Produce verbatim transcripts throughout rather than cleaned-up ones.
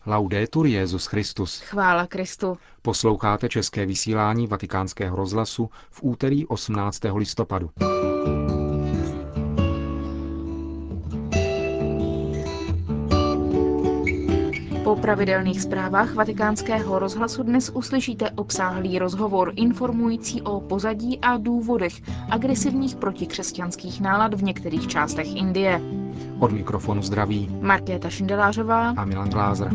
Laudetur Jesus Christus. Chvála Kristu. Posloucháte české vysílání Vatikánského rozhlasu v úterý osmnáctého listopadu. Po pravidelných zprávách Vatikánského rozhlasu dnes uslyšíte obsáhlý rozhovor informující o pozadí a důvodech agresivních protikřesťanských nálad v některých částech Indie. Od mikrofonu zdraví Markéta Šindelářová a Milan Glázer.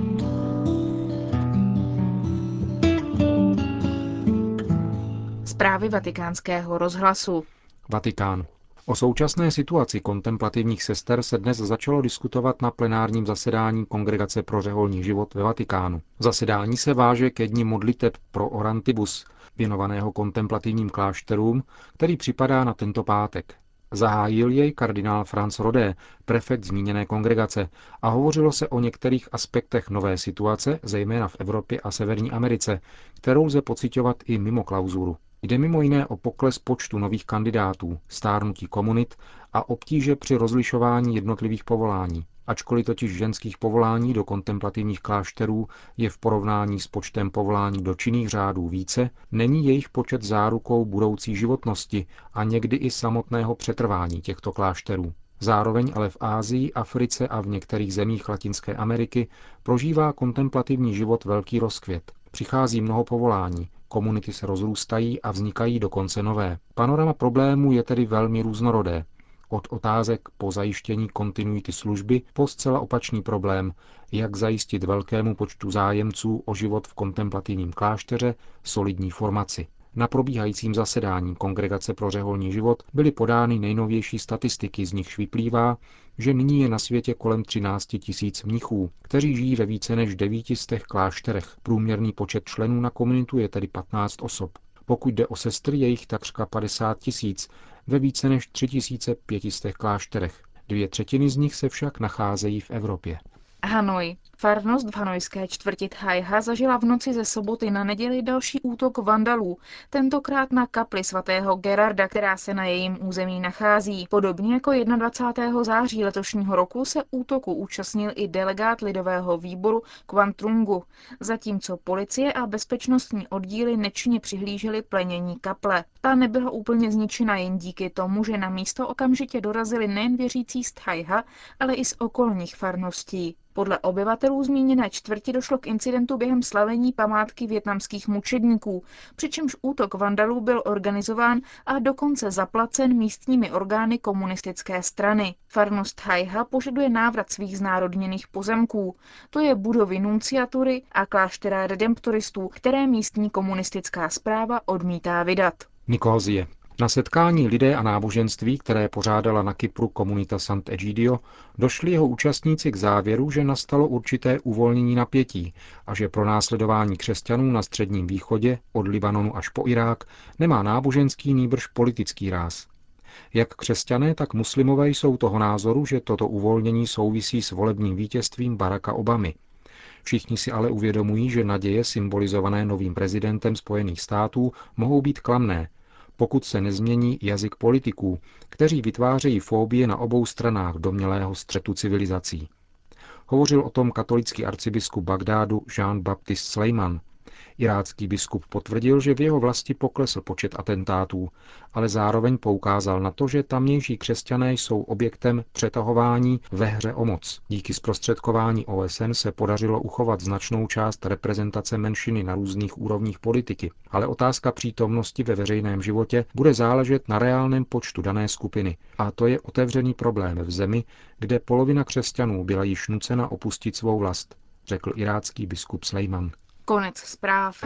Zprávy Vatikánského rozhlasu. Vatikán. O současné situaci kontemplativních sester se dnes začalo diskutovat na plenárním zasedání Kongregace pro řeholní život ve Vatikánu. Zasedání se váže ke dni modliteb pro orantibus, věnovaného kontemplativním klášterům, který připadá na tento pátek. Zahájil jej kardinál Franz Rodé, prefekt zmíněné kongregace, a hovořilo se o některých aspektech nové situace, zejména v Evropě a Severní Americe, kterou lze pociťovat i mimo klauzuru. Jde mimo jiné o pokles počtu nových kandidátů, stárnutí komunit a obtíže při rozlišování jednotlivých povolání. Ačkoliv totiž ženských povolání do kontemplativních klášterů je v porovnání s počtem povolání do činných řádů více, není jejich počet zárukou budoucí životnosti a někdy i samotného přetrvání těchto klášterů. Zároveň ale v Asii, Africe a v některých zemích Latinské Ameriky prožívá kontemplativní život velký rozkvět. Přichází mnoho povolání, komunity se rozrůstají a vznikají dokonce nové. Panorama problémů je tedy velmi různorodé. Od otázek po zajištění kontinuity služby po zcela opačný problém, jak zajistit velkému počtu zájemců o život v kontemplativním klášteře solidní formaci. Na probíhajícím zasedání Kongregace pro řeholní život byly podány nejnovější statistiky, z nichž vyplývá, že nyní je na světě kolem třináct tisíc mnichů, kteří žijí ve více než devěti stech klášterech. Průměrný počet členů na komunitu je tedy patnáct osob. Pokud jde o sestry, je jich takřka padesát tisíc ve více než tři tisíce pět set klášterech. Dvě třetiny z nich se však nacházejí v Evropě. Hanoj. Farnost v hanojské čtvrti Thajha zažila v noci ze soboty na neděli další útok vandalů, tentokrát na kapli svatého Gerarda, která se na jejím území nachází. Podobně jako dvacátého prvního září letošního roku se útoku účastnil i delegát lidového výboru Kwantrungu, zatímco policie a bezpečnostní oddíly nečinně přihlížely plenění kaple. Ta nebyla úplně zničena jen díky tomu, že na místo okamžitě dorazili nejen věřící z Thajha, ale i z okolních farností. Podle obyvatelů zmíněné čtvrti došlo k incidentu během slavení památky vietnamských mučedníků, přičemž útok vandalů byl organizován a dokonce zaplacen místními orgány komunistické strany. Farnost Thajha požaduje návrat svých znárodněných pozemků, to je budovy nunciatury a kláštera redemptoristů, které místní komunistická správa odmítá vydat. Nikózie. Na setkání Lidé a náboženství, které pořádala na Kypru komunita Sant'Egidio, došli jeho účastníci k závěru, že nastalo určité uvolnění napětí a že pronásledování křesťanů na Středním východě, od Libanonu až po Irák, nemá náboženský nýbrž politický ráz. Jak křesťané, tak muslimové jsou toho názoru, že toto uvolnění souvisí s volebním vítězstvím Baracka Obamy. Všichni si ale uvědomují, že naděje symbolizované novým prezidentem Spojených států mohou být klamné, pokud se nezmění jazyk politiků, kteří vytvářejí fóbie na obou stranách domnělého střetu civilizací. Hovořil o tom katolický arcibiskup Bagdádu Jean-Baptiste Sleiman. Irácký biskup potvrdil, že v jeho vlasti poklesl počet atentátů, ale zároveň poukázal na to, že tamnější křesťané jsou objektem přetahování ve hře o moc. Díky zprostředkování O S N se podařilo uchovat značnou část reprezentace menšiny na různých úrovních politiky, ale otázka přítomnosti ve veřejném životě bude záležet na reálném počtu dané skupiny. A to je otevřený problém v zemi, kde polovina křesťanů byla již nucena opustit svou vlast, řekl irácký biskup Sleiman. Konec zpráv.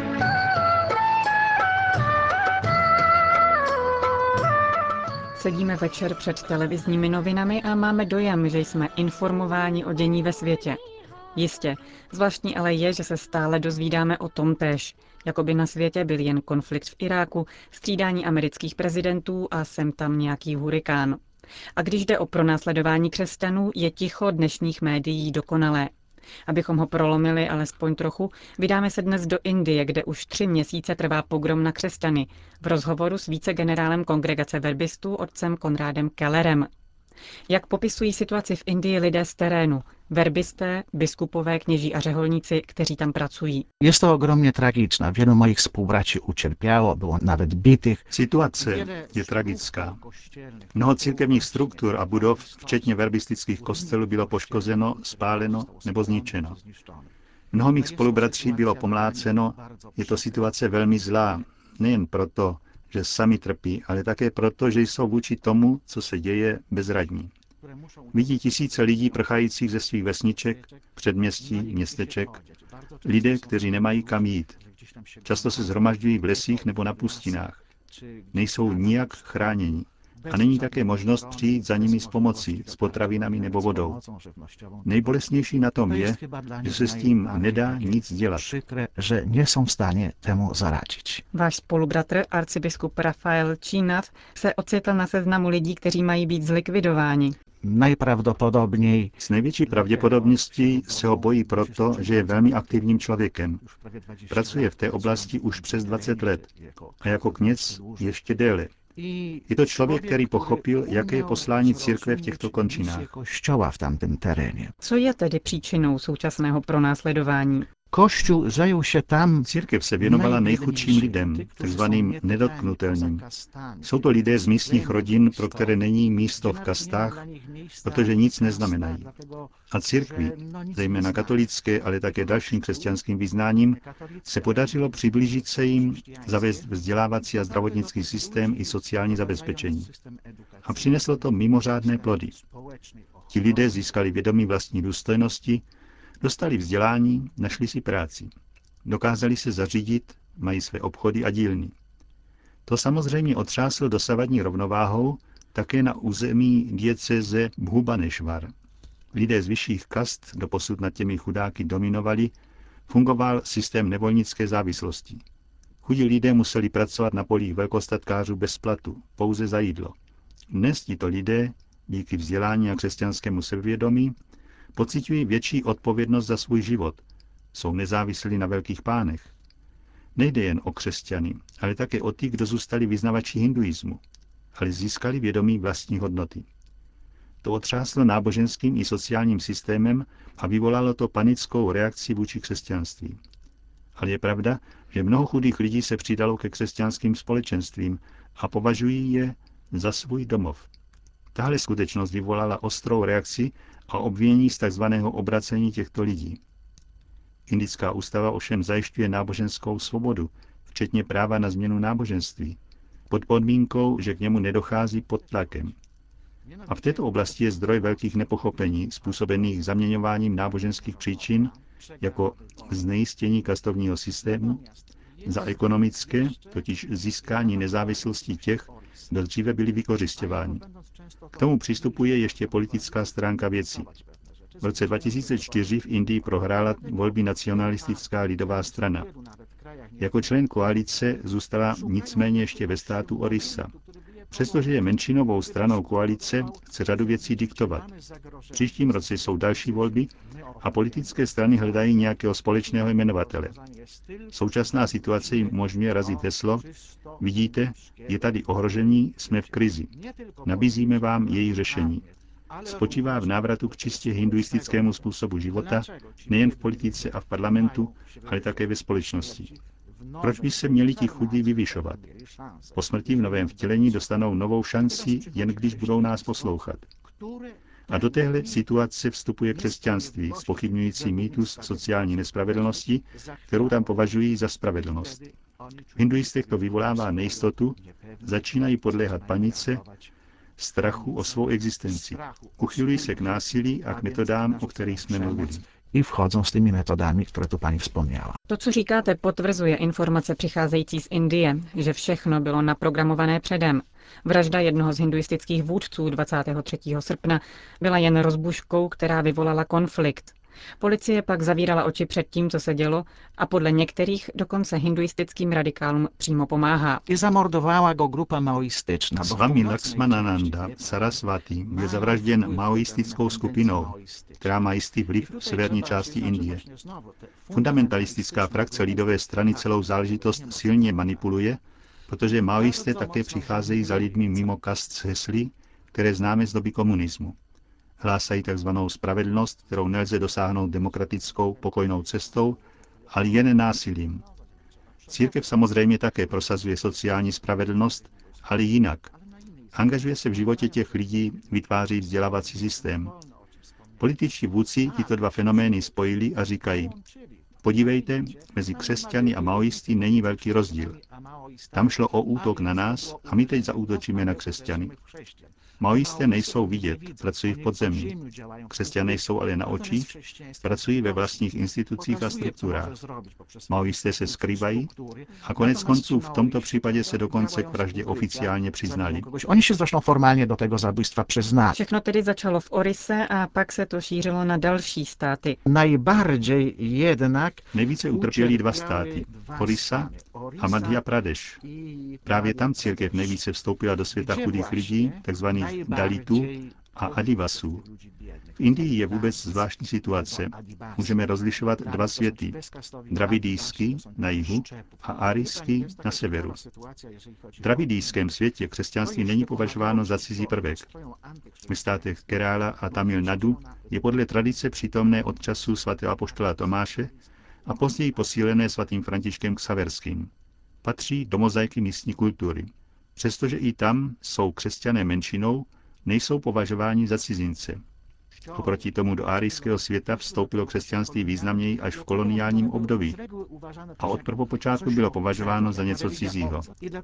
Sedíme večer před televizními novinami a máme dojem, že jsme informováni o dění ve světě. Jistě, zvláštní ale je, že se stále dozvídáme o tom též, jako by na světě byl jen konflikt v Iráku, střídání amerických prezidentů a sem tam nějaký hurikán. A když jde o pronásledování křesťanů, je ticho dnešních médií dokonalé. Abychom ho prolomili alespoň trochu, vydáme se dnes do Indie, kde už tři měsíce trvá pogrom na křesťany, v rozhovoru s vicegenerálem kongregace verbistů otcem Konrádem Kellerem. Jak popisují situaci v Indii lidé z terénu, verbisté, biskupové, kněží a řeholníci, kteří tam pracují? Je to ogromně tragiczne. Wielu moich współbraci ucierpiało, było nawet bitych. Situace je tragická. Mnoho církevních struktur a budov, včetně verbistických kostelů, bylo poškozeno, spáleno nebo zničeno. Mnoho mých spolubratří bylo pomláceno. Je to situace velmi zlá, nejen proto, že sami trpí, ale také proto, že jsou vůči tomu, co se děje, bezradní. Vidí tisíce lidí prchajících ze svých vesniček, předměstí, městeček, lidé, kteří nemají kam jít. Často se shromažďují v lesích nebo na pustinách. Nejsou nijak chráněni. A není také možnost přijít za nimi s pomocí, s potravinami nebo vodou. Nejbolestnější na tom je, že se s tím nedá nic dělat. Že nejsou v stanie temu zaradit. Váš spolubratr, arcibiskup Rafael Čínat, se ocitl na seznamu lidí, kteří mají být zlikvidováni. Najprawdopodobniej S největší pravděpodobností se ho bojí proto, že je velmi aktivním člověkem. Pracuje v té oblasti už přes dvacet let a jako kněz ještě déle. Je to člověk, který pochopil, jaké je poslání církve v těchto končinách. Kościoła w tamtym terenie. Co je tedy příčinou současného pronásledování? Kościół zajął się tam Církev se věnovala nejchudším lidem, takzvaným nedotknutelným. Jsou to lidé z místních rodin, pro které není místo v kastách, protože nic neznamenají. A církvi, zejména katolické, ale také dalším křesťanským vyznáním, se podařilo přiblížit se jim, zavést vzdělávací a zdravotnický systém i sociální zabezpečení. A přineslo to mimořádné plody. Ti lidé získali vědomí vlastní důstojnosti, dostali vzdělání, našli si práci. Dokázali se zařídit, mají své obchody a dílny. To samozřejmě otřáslo dosavadní rovnováhou také na území diecéze Bhubaneswar. Lidé z vyšších kast, doposud nad těmi chudáky dominovali, fungoval systém nevolnické závislosti. Chudí lidé museli pracovat na polích velkostatkářů bez platu, pouze za jídlo. Dnes tito lidé, díky vzdělání a křesťanskému sebevědomí, pociťují větší odpovědnost za svůj život. Jsou nezávislí na velkých pánech. Nejde jen o křesťany, ale také o ty, kdo zůstali vyznavači hinduismu, ale získali vědomí vlastní hodnoty. To otřáslo náboženským i sociálním systémem a vyvolalo to panickou reakci vůči křesťanství. Ale je pravda, že mnoho chudých lidí se přidalo ke křesťanským společenstvím a považují je za svůj domov. Tahle skutečnost vyvolala ostrou reakci a obvinění z tzv. Obracení těchto lidí. Indická ústava ovšem zajišťuje náboženskou svobodu, včetně práva na změnu náboženství, pod podmínkou, že k němu nedochází pod tlakem. A v této oblasti je zdroj velkých nepochopení, způsobených zaměňováním náboženských příčin, jako znejistění kastovního systému, za ekonomické, totiž získání nezávislosti těch, kdo dříve byli vykořisťováni. K tomu přistupuje ještě politická stránka věcí. V roce dva tisíce čtyři v Indii prohrála volby nacionalistická lidová strana. Jako člen koalice zůstala nicméně ještě ve státu Orissa. Přestože je menšinovou stranou koalice, chce řadu věcí diktovat. V příštím roce jsou další volby a politické strany hledají nějakého společného jmenovatele. Současná situace jim umožňuje razit heslo: vidíte, je tady ohrožení, jsme v krizi. Nabízíme vám její řešení. Spočívá v návratu k čistě hinduistickému způsobu života, nejen v politice a v parlamentu, ale také ve společnosti. Proč by se měli ti chudí vyvyšovat? Po smrti v novém vtělení dostanou novou šanci, jen když budou nás poslouchat. A do téhle situace vstupuje křesťanství, zpochybňující mýtus sociální nespravedlnosti, kterou tam považují za spravedlnost. V hinduistech to vyvolává nejistotu, začínají podléhat panice, strachu o svou existenci. Uchylují se k násilí a k metodám, o kterých jsme mluvili. I wchodzą z tymi metodami, które tu pani wspomniała. To, co říkáte, potvrzuje informace přicházející z Indie, že všechno bylo naprogramované předem. Vražda jednoho z hinduistických vůdců dvacátého třetího srpna byla jen rozbuškou, která vyvolala konflikt. Policie pak zavírala oči před tím, co se dělo, a podle některých dokonce hinduistickým radikálům přímo pomáhá. I zamordowała go grupa maoistyczna. Swami Lakshmanananda Saraswati byl zavražděn maoistickou skupinou, která má jistý vliv v severní části Indie. Fundamentalistická frakce lidové strany celou záležitost silně manipuluje, protože maoisté také přicházejí za lidmi mimo kast s hesly, které známe z doby komunismu. Hlásají tzv. Spravedlnost, kterou nelze dosáhnout demokratickou, pokojnou cestou, ale jen násilím. Církev samozřejmě také prosazuje sociální spravedlnost, ale jinak. Angažuje se v životě těch lidí, vytváří vzdělávací systém. Političtí vůdci tyto dva fenomény spojili a říkají: podívejte, mezi křesťany a maoisty není velký rozdíl. Tam šlo o útok na nás a my teď zaútočíme na křesťany. Maoisté nejsou vidět, pracují v podzemí. Křesťané jsou ale na očích, pracují ve vlastních institucích a strukturách. Maoisté se skrývají a konec konců v tomto případě se dokonce k vraždě oficiálně přiznali. Oni se zresztą formálně do tego zabójstwa přiznali. Všechno tedy začalo v Orise a pak se to šířilo na další státy. Najbardziej jednak Nejvíce utrpěli dva státy, Orissa a Madhya Pradesh. Právě tam církev nejvíce vstoupila do světa chudých lidí, takzvaných Dalitů a Adivasů. V Indii je vůbec zvláštní situace. Můžeme rozlišovat dva světy. Dravidijský na jihu a arijský na severu. V dravidijském světě křesťanství není považováno za cizí prvek. V státech Kerala a Tamil Nadu je podle tradice přítomné od času svatého apoštola Tomáše a později posílené svatým Františkem Xaverským. Patří do mozaiky místní kultury. Přestože i tam jsou křesťané menšinou, nejsou považováni za cizince. Oproti tomu do árijského světa vstoupilo křesťanství významněji až v koloniálním období a od prvopočátku bylo považováno za něco cizího.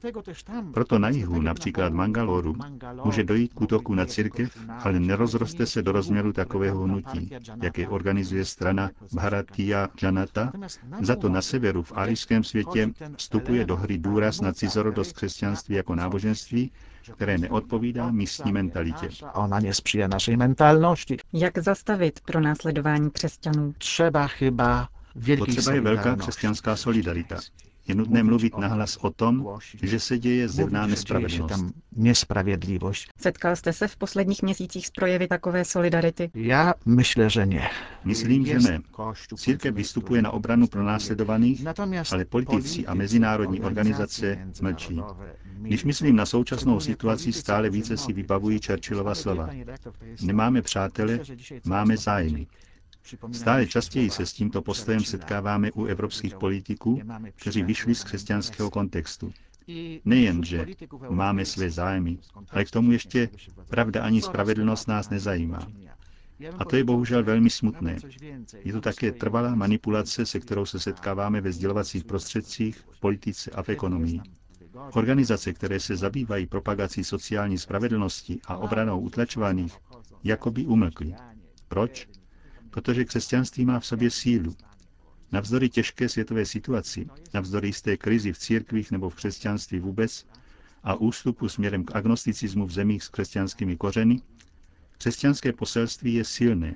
Proto na jihu, například Mangaloru, může dojít k útoku na církev, ale nerozroste se do rozměru takového hnutí, jaké organizuje strana Bharatiya Janata. Za to na severu v árijském světě vstupuje do hry důraz na cizorodost křesťanství jako náboženství, které neodpovídá místní mentalitě. Ona nesprzyja naszej mentalności. Jak zastavit pronásledování křesťanů? Trzeba chyba wielkiej Potřeba je velká solidarności. křesťanská solidarita. Je nutné mluvit nahlas o tom, že se děje zjevná Mówić, że dzieje się nespravedlnost. tam niesprawiedliwość. Setkal jste se v posledních měsících s projevy takové solidarity? Ja myślę, że nie. Myslím, že ne. Církev vystupuje na obranu pronásledovaných, Natomiast ale politici a mezinárodní organizace mlčí. Když myslím na současnou situaci, stále více si vybavují Churchillova slova. Nemáme přátele, máme zájmy. Stále častěji se s tímto postojem setkáváme u evropských politiků, kteří vyšli z křesťanského kontextu. Nejen, že máme své zájmy, ale k tomu ještě pravda ani spravedlnost nás nezajímá. A to je bohužel velmi smutné. Je to také trvalá manipulace, se kterou se setkáváme ve sdělovacích prostředcích, v politice a v ekonomii. Organizace, které se zabývají propagací sociální spravedlnosti a obranou utlačovaných, jakoby umlkly. Proč? Protože křesťanství má v sobě sílu. Navzdory těžké světové situaci, navzdory jisté krizi v církvích nebo v křesťanství vůbec a ústupu směrem k agnosticismu v zemích s křesťanskými kořeny, křesťanské poselství je silné.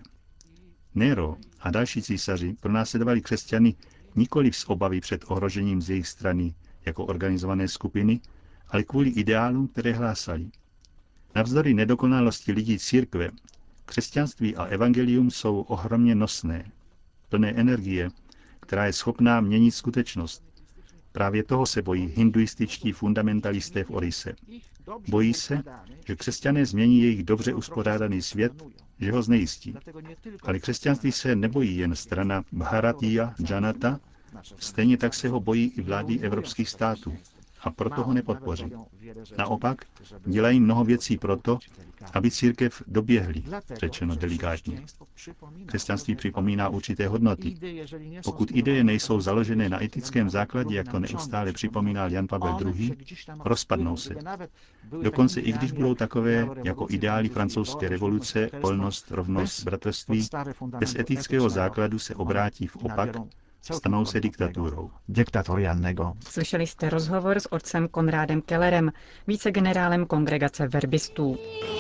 Nero a další císaři pronásledovali křesťany nikoli z obavy před ohrožením z jejich strany jako organizované skupiny, ale kvůli ideálům, které hlásali. Navzdory nedokonalosti lidí církve, křesťanství a evangelium jsou ohromně nosné, plné energie, která je schopná měnit skutečnost. Právě toho se bojí hinduističtí fundamentalisté v Orise. Bojí se, že křesťané změní jejich dobře uspořádaný svět, že ho znejistí. Ale křesťanství se nebojí jen strana Bharatiya Janata, stejně tak se ho bojí i vlády evropských států a proto ho nepodpoří. Naopak dělají mnoho věcí proto, aby církev doběhli, řečeno delikátně. Křesťanství připomíná určité hodnoty. Pokud ideje nejsou založené na etickém základě, jak to neustále připomínal Jan Pavel druhý., rozpadnou se. Dokonce i když budou takové jako ideály francouzské revoluce, volnost, rovnost, bratrství, bez etického základu se obrátí v opak, stanou se diktaturou. dyktatorialnego. Slyšeli jste rozhovor s otcem Konrádem Kellerem, vicegenerálem kongregace verbistů.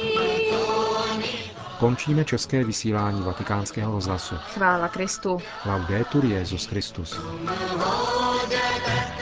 Končíme české vysílání Vatikánského rozhlasu. Chvála Kristu. Laudetur Jesus Christus.